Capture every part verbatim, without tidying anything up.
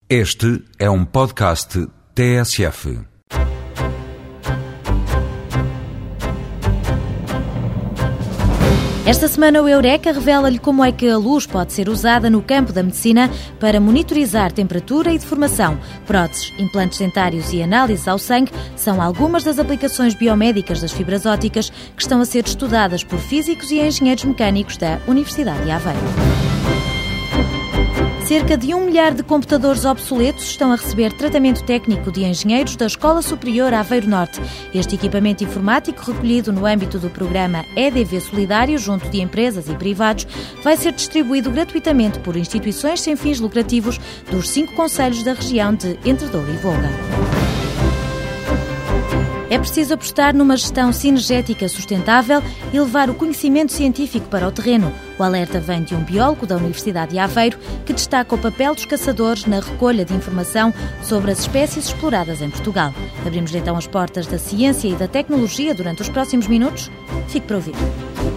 Este é um podcast T S F. Esta semana o Eureka revela-lhe como é que a luz pode ser usada no campo da medicina para monitorizar temperatura e deformação. Próteses, implantes dentários e análises ao sangue são algumas das aplicações biomédicas das fibras ópticas que estão a ser estudadas por físicos e engenheiros mecânicos da Universidade de Aveiro. Cerca de um milhar de computadores obsoletos estão a receber tratamento técnico de engenheiros da Escola Superior Aveiro Norte. Este equipamento informático, recolhido no âmbito do programa E D V Solidário, junto de empresas e privados, vai ser distribuído gratuitamente por instituições sem fins lucrativos dos cinco concelhos da região de Entre Douro e Volga. É preciso apostar numa gestão sinergética sustentável e levar o conhecimento científico para o terreno. O alerta vem de um biólogo da Universidade de Aveiro que destaca o papel dos caçadores na recolha de informação sobre as espécies exploradas em Portugal. Abrimos então as portas da ciência e da tecnologia durante os próximos minutos. Fique para ouvir.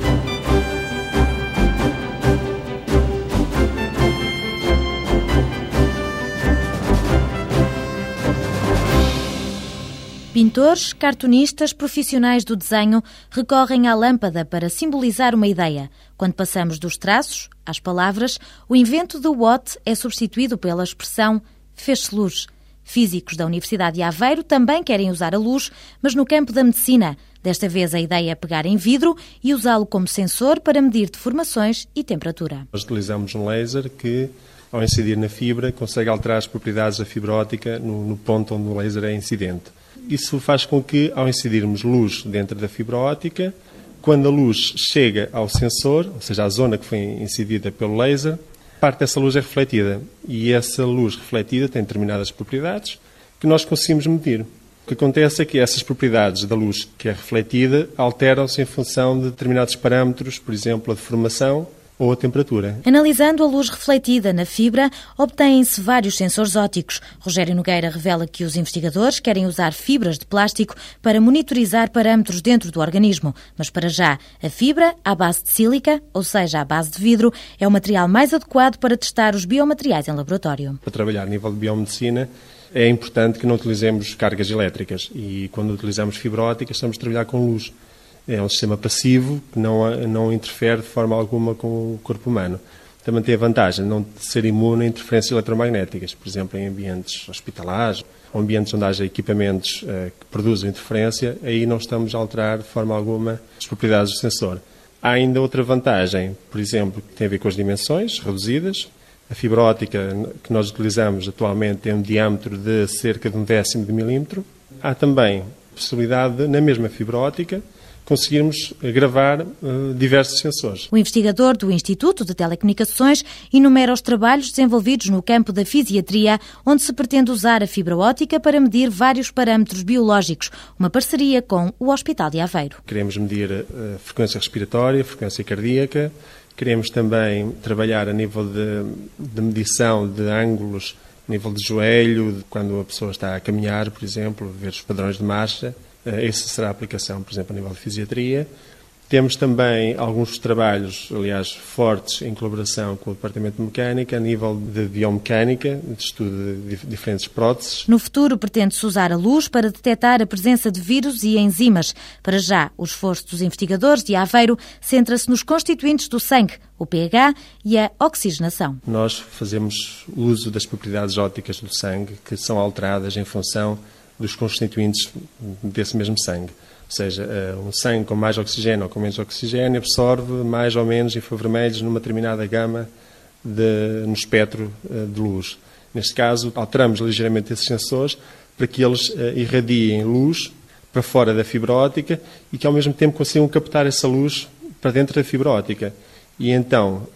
Pintores, cartunistas, profissionais do desenho recorrem à lâmpada para simbolizar uma ideia. Quando passamos dos traços às palavras, o invento do Watt é substituído pela expressão fez-se luz. Físicos da Universidade de Aveiro também querem usar a luz, mas no campo da medicina. Desta vez a ideia é pegar em vidro e usá-lo como sensor para medir deformações e temperatura. Nós utilizamos um laser que, ao incidir na fibra, consegue alterar as propriedades da fibra óptica no, no ponto onde o laser é incidente. Isso faz com que, ao incidirmos luz dentro da fibra óptica, quando a luz chega ao sensor, ou seja, à zona que foi incidida pelo laser, parte dessa luz é refletida. E essa luz refletida tem determinadas propriedades que nós conseguimos medir. O que acontece é que essas propriedades da luz que é refletida alteram-se em função de determinados parâmetros, por exemplo, a deformação ou a temperatura. Analisando a luz refletida na fibra, obtêm-se vários sensores ópticos. Rogério Nogueira revela que os investigadores querem usar fibras de plástico para monitorizar parâmetros dentro do organismo. Mas para já, a fibra, à base de sílica, ou seja, à base de vidro, é o material mais adequado para testar os biomateriais em laboratório. Para trabalhar a nível de biomedicina, é importante que não utilizemos cargas elétricas. E quando utilizamos fibra óptica, estamos a trabalhar com luz. É um sistema passivo que não, não interfere de forma alguma com o corpo humano. Também tem a vantagem de não ser imune a interferências eletromagnéticas, por exemplo, em ambientes hospitalares, ou ambientes onde haja equipamentos uh, que produzem interferência, aí não estamos a alterar de forma alguma as propriedades do sensor. Há ainda outra vantagem, por exemplo, que tem a ver com as dimensões reduzidas. A fibra óptica que nós utilizamos atualmente tem um diâmetro de cerca de um décimo de milímetro. Há também a possibilidade de, na mesma fibra óptica, conseguirmos gravar uh, diversos sensores. O investigador do Instituto de Telecomunicações enumera os trabalhos desenvolvidos no campo da fisiatria, onde se pretende usar a fibra óptica para medir vários parâmetros biológicos, uma parceria com o Hospital de Aveiro. Queremos medir a frequência respiratória, a frequência cardíaca, queremos também trabalhar a nível de, de medição de ângulos, a nível de joelho, de quando a pessoa está a caminhar, por exemplo, ver os padrões de marcha. Essa será a aplicação, por exemplo, a nível de fisiatria. Temos também alguns trabalhos, aliás, fortes em colaboração com o Departamento de Mecânica, a nível de biomecânica, de estudo de diferentes próteses. No futuro, pretende-se usar a luz para detectar a presença de vírus e enzimas. Para já, o esforço dos investigadores de Aveiro centra-se nos constituintes do sangue, o pH e a oxigenação. Nós fazemos uso das propriedades ópticas do sangue, que são alteradas em função dos constituintes desse mesmo sangue. Ou seja, um sangue com mais oxigênio ou com menos oxigênio absorve mais ou menos infravermelhos numa determinada gama de, no espectro de luz. Neste caso, alteramos ligeiramente esses sensores para que eles irradiem luz para fora da fibra óptica e que ao mesmo tempo consigam captar essa luz para dentro da fibra óptica. E então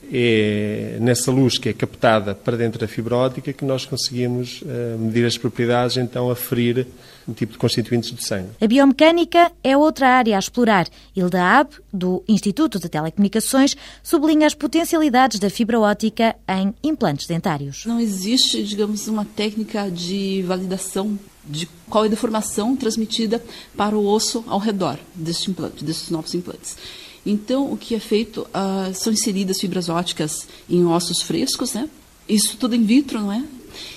é nessa luz que é captada para dentro da fibra óptica que nós conseguimos uh, medir as propriedades, então aferir um tipo de constituintes do sangue. A biomecânica é outra área a explorar. Hilda Ab, do Instituto de Telecomunicações, sublinha as potencialidades da fibra óptica em implantes dentários. Não existe, digamos, uma técnica de validação de qual é a deformação transmitida para o osso ao redor deste implante, desses novos implantes. Então, o que é feito, uh, são inseridas fibras ópticas em ossos frescos, né? Isso tudo in vitro, não é?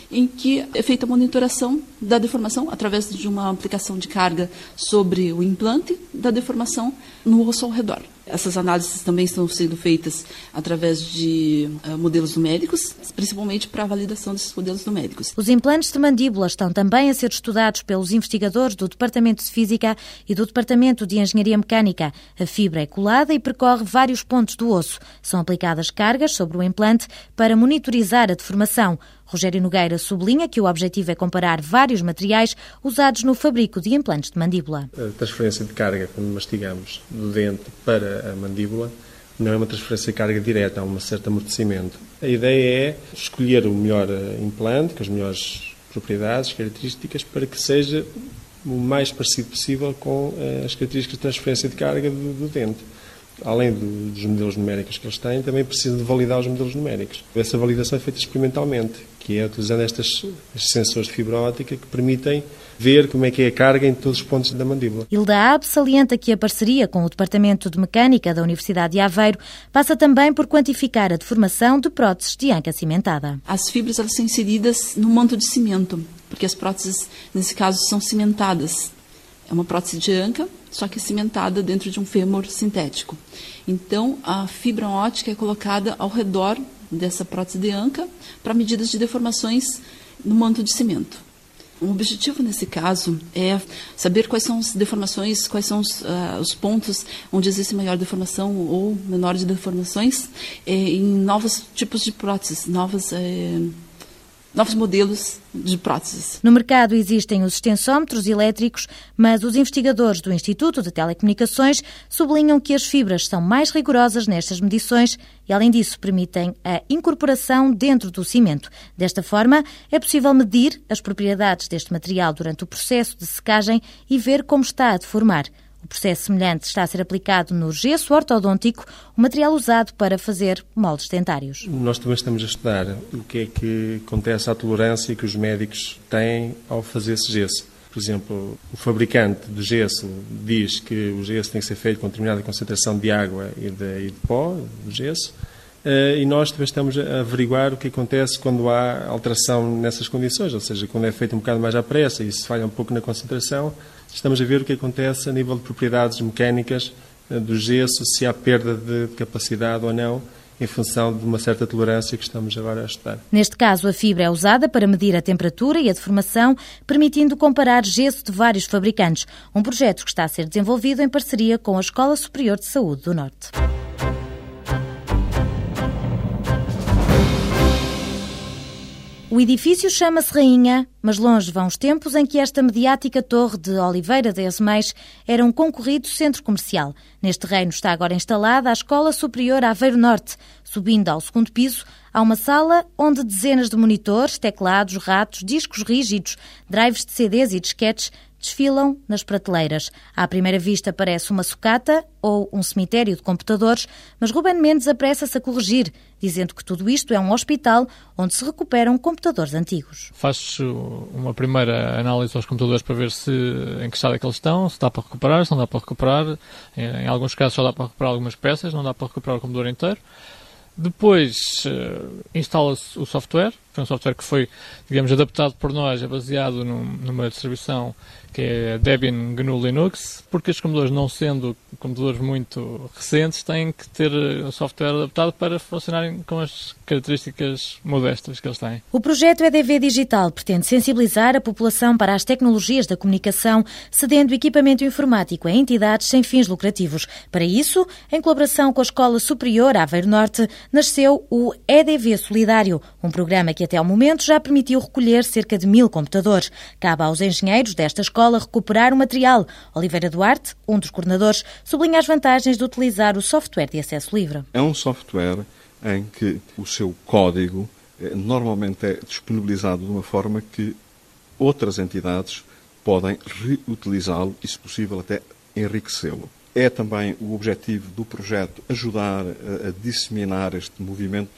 em que é feita a monitoração da deformação através de uma aplicação de carga sobre o implante da deformação no osso ao redor. Essas análises também estão sendo feitas através de uh, modelos numéricos, principalmente para a validação desses modelos numéricos. Os implantes de mandíbula estão também a ser estudados pelos investigadores do Departamento de Física e do Departamento de Engenharia Mecânica. A fibra é colada e percorre vários pontos do osso. São aplicadas cargas sobre o implante para monitorizar a deformação. Rogério Nogueira sublinha que o objetivo é comparar vários materiais usados no fabrico de implantes de mandíbula. A transferência de carga, quando mastigamos do dente para a mandíbula, não é uma transferência de carga direta, há um certo amortecimento. A ideia é escolher o melhor implante, com as melhores propriedades, características, para que seja o mais parecido possível com as características de transferência de carga do, do dente. Além do, dos modelos numéricos que eles têm, também precisam de validar os modelos numéricos. Essa validação é feita experimentalmente, que é utilizando estas, estes sensores de fibra óptica que permitem ver como é que é a carga em todos os pontos da mandíbula. Hilda Abe salienta que a parceria com o Departamento de Mecânica da Universidade de Aveiro passa também por quantificar a deformação de próteses de anca cimentada. As fibras elas são inseridas no manto de cimento, porque as próteses, nesse caso, são cimentadas. É uma prótese de anca, só que cimentada dentro de um fêmur sintético. Então, a fibra óptica é colocada ao redor dessa prótese de anca para medidas de deformações no manto de cimento. O objetivo, nesse caso, é saber quais são as deformações, quais são os, uh, os pontos onde existe maior deformação ou menor de deformações eh, em novos tipos de próteses, novas... Eh, novos modelos de próteses. No mercado existem os extensómetros elétricos, mas os investigadores do Instituto de Telecomunicações sublinham que as fibras são mais rigorosas nestas medições e, além disso, permitem a incorporação dentro do cimento. Desta forma, é possível medir as propriedades deste material durante o processo de secagem e ver como está a deformar. O processo semelhante está a ser aplicado no gesso ortodôntico, o material usado para fazer moldes dentários. Nós também estamos a estudar o que é que acontece à tolerância que os médicos têm ao fazer esse gesso. Por exemplo, o fabricante do gesso diz que o gesso tem que ser feito com determinada concentração de água e de, e de pó, do gesso, e nós também estamos a averiguar o que acontece quando há alteração nessas condições, ou seja, quando é feito um bocado mais à pressa e se falha um pouco na concentração, estamos a ver o que acontece a nível de propriedades mecânicas do gesso, se há perda de capacidade ou não, em função de uma certa tolerância que estamos agora a estudar. Neste caso, a fibra é usada para medir a temperatura e a deformação, permitindo comparar gesso de vários fabricantes, um projeto que está a ser desenvolvido em parceria com a Escola Superior de Saúde do Norte. O edifício chama-se Rainha, mas longe vão os tempos em que esta mediática torre de Oliveira de Azeméis era um concorrido centro comercial. Neste reino está agora instalada a Escola Superior Aveiro Norte. Subindo ao segundo piso, há uma sala onde dezenas de monitores, teclados, ratos, discos rígidos, drives de C Ds e disquetes desfilam nas prateleiras. À primeira vista parece uma sucata ou um cemitério de computadores, mas Rubén Mendes apressa-se a corrigir, dizendo que tudo isto é um hospital onde se recuperam computadores antigos. Faz uma primeira análise aos computadores para ver se, em que estado é que eles estão, se dá para recuperar, se não dá para recuperar. Em, em alguns casos só dá para recuperar algumas peças, não dá para recuperar o computador inteiro. Depois uh, instala-se o software, foi um software que foi, digamos, adaptado por nós, é baseado num, numa distribuição que é Debian G N U Linux, porque os computadores, não sendo computadores muito recentes, têm que ter o software adaptado para funcionarem com as características modestas que eles têm. O projeto E D V Digital pretende sensibilizar a população para as tecnologias da comunicação, cedendo equipamento informático a entidades sem fins lucrativos. Para isso, em colaboração com a Escola Superior Aveiro Norte, nasceu o E D V Solidário, um programa que até ao momento já permitiu recolher cerca de mil computadores. Cabe aos engenheiros desta escola recuperar o material. Oliveira Duarte, um dos coordenadores, sublinha as vantagens de utilizar o software de acesso livre. É um software em que o seu código eh, normalmente é disponibilizado de uma forma que outras entidades podem reutilizá-lo e, se possível, até enriquecê-lo. É também o objetivo do projeto ajudar a, a disseminar este movimento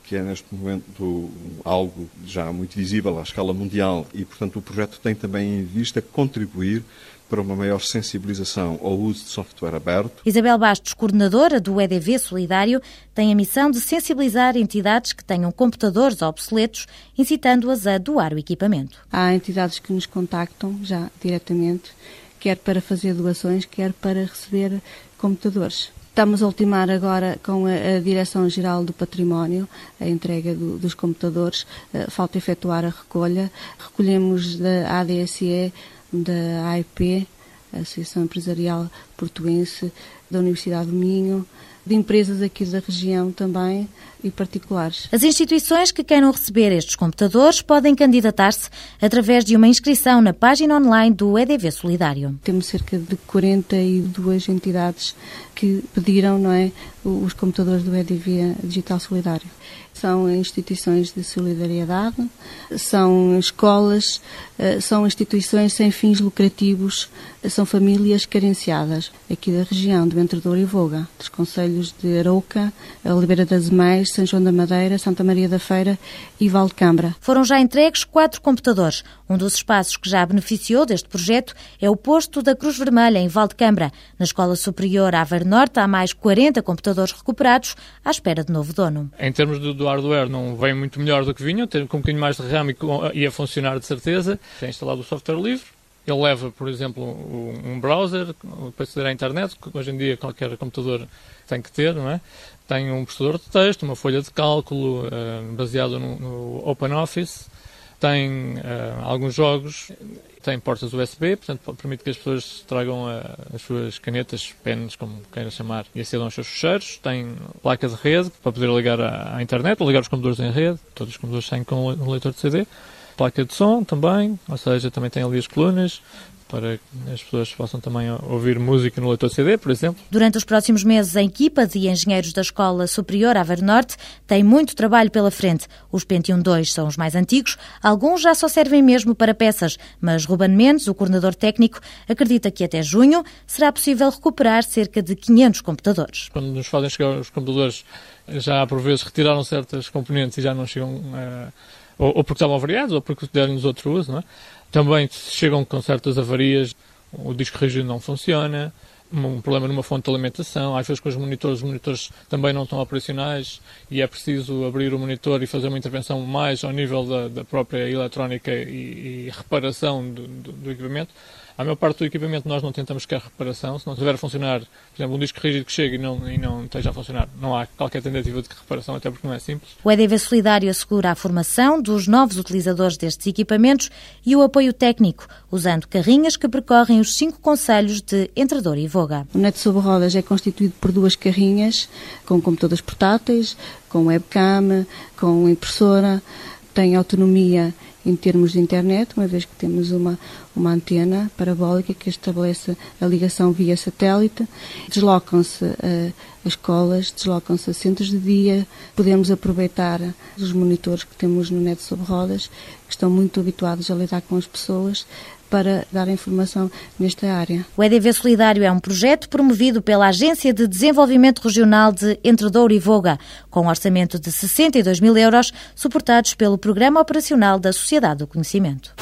que é neste momento algo já muito visível à escala mundial e, portanto, o projeto tem também em vista contribuir para uma maior sensibilização ao uso de software aberto. Isabel Bastos, coordenadora do E D V Solidário, tem a missão de sensibilizar entidades que tenham computadores obsoletos, incitando-as a doar o equipamento. Há entidades que nos contactam já diretamente, quer para fazer doações, quer para receber computadores. Estamos a ultimar agora com a, a Direção-Geral do Património a entrega do, dos computadores. Uh, falta efetuar a recolha. Recolhemos da A D S E, da A E P, a Associação Empresarial Portuense, da Universidade do Minho, de empresas aqui da região também e particulares. As instituições que queiram receber estes computadores podem candidatar-se através de uma inscrição na página online do E D V Solidário. Temos cerca de quarenta e duas entidades que pediram, não é, os computadores do E D V Digital Solidário. São instituições de solidariedade, são escolas, são instituições sem fins lucrativos, são famílias carenciadas aqui da região, do Entre Douro e Voga, dos concelhos de Arouca, Oliveira das Meias, São João da Madeira, Santa Maria da Feira e Valdecambra. Foram já entregues quatro computadores. Um dos espaços que já beneficiou deste projeto é o posto da Cruz Vermelha, em Valdecambra. Na Escola Superior Aveiro Norte há mais quarenta computadores recuperados à espera de novo dono. Em termos do, do hardware, não vem muito melhor do que vinham, tem com um bocadinho mais de RAM e, e a funcionar de certeza. Tem instalado o software livre. Ele leva, por exemplo, um browser para aceder à internet, que hoje em dia qualquer computador tem que ter, não é? Tem um processador de texto, uma folha de cálculo uh, baseado no, no OpenOffice, tem uh, alguns jogos, tem portas U S B, portanto permite que as pessoas tragam uh, as suas canetas, pens, como queiram chamar, e acedam aos seus ficheiros. Tem placa de rede para poder ligar à, à internet, ou ligar os computadores em rede, todos os computadores saem com um leitor de C D. Placa de som também, ou seja, também tem ali as colunas para que as pessoas possam também ouvir música no leitor de C D, por exemplo. Durante os próximos meses, a equipa de engenheiros da Escola Superior Aveiro Norte tem muito trabalho pela frente. Os Pentium dois são os mais antigos, alguns já só servem mesmo para peças, mas Ruben Mendes, o coordenador técnico, acredita que até junho será possível recuperar cerca de quinhentos computadores. Quando nos fazem chegar os computadores, já por vezes retiraram certas componentes e já não chegam a... Ou, ou porque estavam avariados, ou porque deram-nos outro uso, não é? Também chegam com certas avarias, o disco rígido não funciona, um problema numa fonte de alimentação, às vezes com os monitores, os monitores também não estão operacionais e é preciso abrir o monitor e fazer uma intervenção mais ao nível da, da própria eletrónica e, e reparação do, do, do equipamento. A maior parte do equipamento nós não tentamos sequer reparação. Se não estiver a funcionar, por exemplo, um disco rígido que chega e não, e não esteja a funcionar, não há qualquer tentativa de reparação, até porque não é simples. O E D V Solidário assegura a formação dos novos utilizadores destes equipamentos e o apoio técnico, usando carrinhas que percorrem os cinco concelhos de Entre Douro e Voga. O Net sobre Rodas é constituído por duas carrinhas, com computadores portáteis, com webcam, com impressora, tem autonomia em termos de internet, uma vez que temos uma, uma antena parabólica que estabelece a ligação via satélite. Deslocam-se a, a escolas, deslocam-se a centros de dia. Podemos aproveitar os monitores que temos no Net sobre Rodas, que estão muito habituados a lidar com as pessoas, para dar informação nesta área. O E D V Solidário é um projeto promovido pela Agência de Desenvolvimento Regional de Entre Douro e Voga, com um orçamento de sessenta e dois mil euros, suportados pelo Programa Operacional da Sociedade do Conhecimento.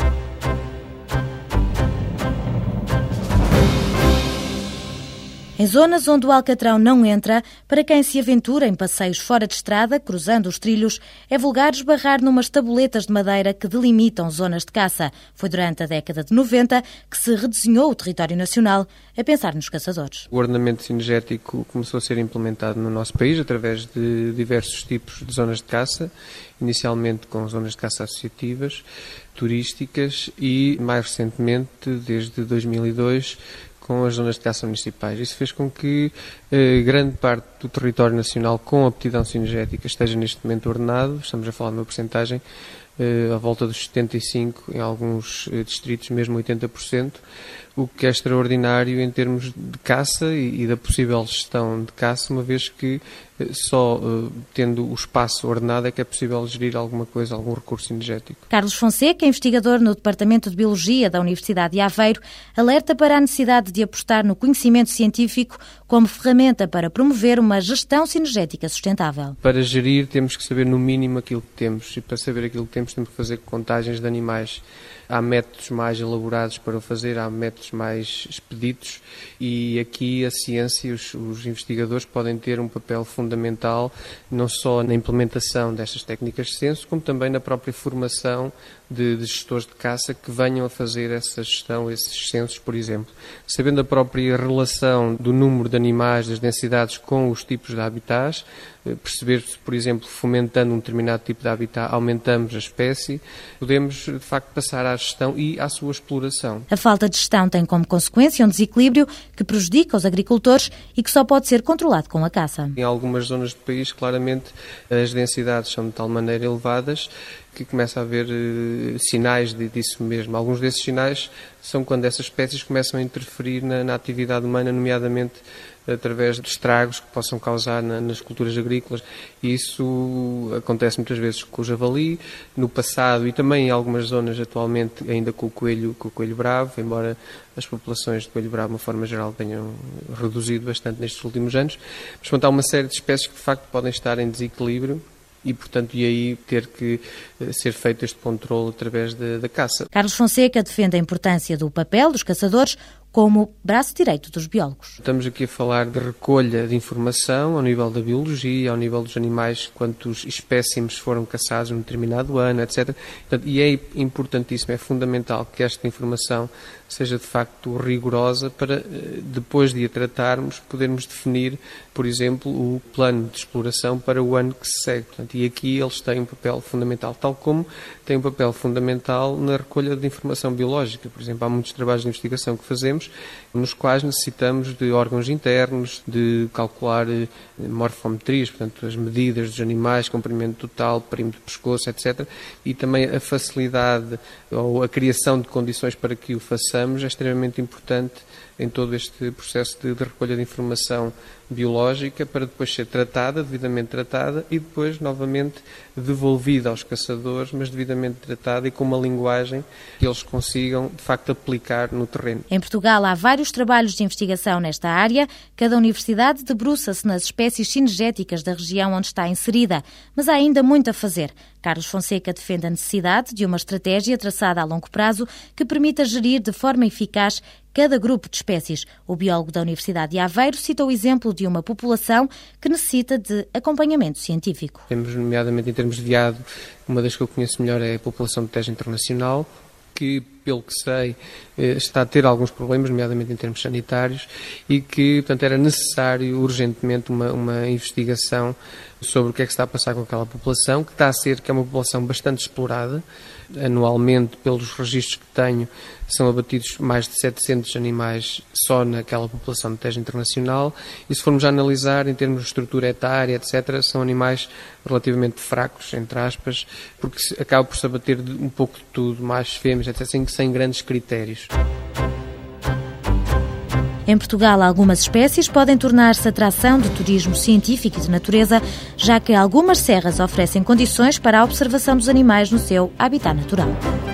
Em zonas onde o alcatrão não entra, para quem se aventura em passeios fora de estrada, cruzando os trilhos, é vulgar esbarrar numas tabuletas de madeira que delimitam zonas de caça. Foi durante a década de noventa que se redesenhou o território nacional, a pensar nos caçadores. O ordenamento cinegético começou a ser implementado no nosso país através de diversos tipos de zonas de caça, inicialmente com zonas de caça associativas, turísticas e, mais recentemente, desde dois mil e dois, com as zonas de caça municipais. Isso fez com que eh, grande parte do território nacional com aptidão cinegética esteja neste momento ordenado, estamos a falar de uma percentagem à volta dos setenta e cinco por cento, em alguns distritos mesmo oitenta por cento, o que é extraordinário em termos de caça e, e da possível gestão de caça, uma vez que só uh, tendo o espaço ordenado é que é possível gerir alguma coisa, algum recurso energético. Carlos Fonseca, investigador no Departamento de Biologia da Universidade de Aveiro, alerta para a necessidade de apostar no conhecimento científico como ferramenta para promover uma gestão sinergética sustentável. Para gerir temos que saber no mínimo aquilo que temos, e para saber aquilo que temos temos que fazer contagens de animais. Há métodos mais elaborados para o fazer, há métodos mais expeditos, e aqui a ciência e os, os investigadores podem ter um papel fundamental não só na implementação destas técnicas de censo, como também na própria formação de, de gestores de caça que venham a fazer essa gestão, esses censos, por exemplo. Sabendo a própria relação do número de animais, das densidades com os tipos de habitats, perceber se, por exemplo, fomentando um determinado tipo de habitat, aumentamos a espécie, podemos, de facto, passar à gestão e à sua exploração. A falta de gestão tem como consequência um desequilíbrio que prejudica os agricultores e que só pode ser controlado com a caça. Em algumas zonas do país, claramente, as densidades são de tal maneira elevadas que começa a haver uh, sinais de, disso mesmo. Alguns desses sinais são quando essas espécies começam a interferir na, na atividade humana, nomeadamente através de estragos que possam causar na, nas culturas agrícolas. E isso acontece muitas vezes com o javali, no passado e também em algumas zonas atualmente ainda com o coelho, com o coelho bravo, embora as populações de coelho bravo, de uma forma geral, tenham reduzido bastante nestes últimos anos. Mas, portanto, há uma série de espécies que, de facto, podem estar em desequilíbrio e, portanto, e aí ter que ser feito este controle através da, da caça. Carlos Fonseca defende a importância do papel dos caçadores como braço direito dos biólogos. Estamos aqui a falar de recolha de informação ao nível da biologia, ao nível dos animais, quantos espécimes foram caçados num determinado ano, etcétera. Portanto, e é importantíssimo, é fundamental que esta informação seja de facto rigorosa para, depois de a tratarmos, podermos definir, por exemplo, o plano de exploração para o ano que se segue. Portanto, e aqui eles têm um papel fundamental, tal como têm um papel fundamental na recolha de informação biológica. Por exemplo, há muitos trabalhos de investigação que fazemos nos quais necessitamos de órgãos internos, de calcular morfometrias, portanto, as medidas dos animais, comprimento total, perímetro do pescoço, etcétera. E também a facilidade ou a criação de condições para que o façamos é extremamente importante em todo este processo de, de recolha de informação biológica para depois ser tratada, devidamente tratada e depois novamente devolvida aos caçadores, mas devidamente tratada e com uma linguagem que eles consigam de facto aplicar no terreno. Em Portugal há vários trabalhos de investigação nesta área. Cada universidade debruça-se nas espécies sinergéticas da região onde está inserida, mas há ainda muito a fazer. Carlos Fonseca defende a necessidade de uma estratégia traçada a longo prazo que permita gerir de forma eficaz cada grupo de espécies. O biólogo da Universidade de Aveiro cita o exemplo de uma população que necessita de acompanhamento científico. Temos, nomeadamente em termos de veado, uma das que eu conheço melhor é a população de Tejo Internacional, que, pelo que sei, está a ter alguns problemas, nomeadamente em termos sanitários, e que, portanto, era necessário urgentemente uma, uma investigação sobre o que é que está a passar com aquela população, que está a ser, que é uma população bastante explorada. Anualmente, pelos registros que tenho, são abatidos mais de setecentos animais só naquela população de Tejo Internacional, e se formos a analisar em termos de estrutura etária, etcétera, são animais relativamente fracos, entre aspas, porque acaba por se abater um pouco de tudo, mais fêmeas, etcétera, sem grandes critérios. Em Portugal, algumas espécies podem tornar-se atração de turismo científico e de natureza, já que algumas serras oferecem condições para a observação dos animais no seu habitat natural.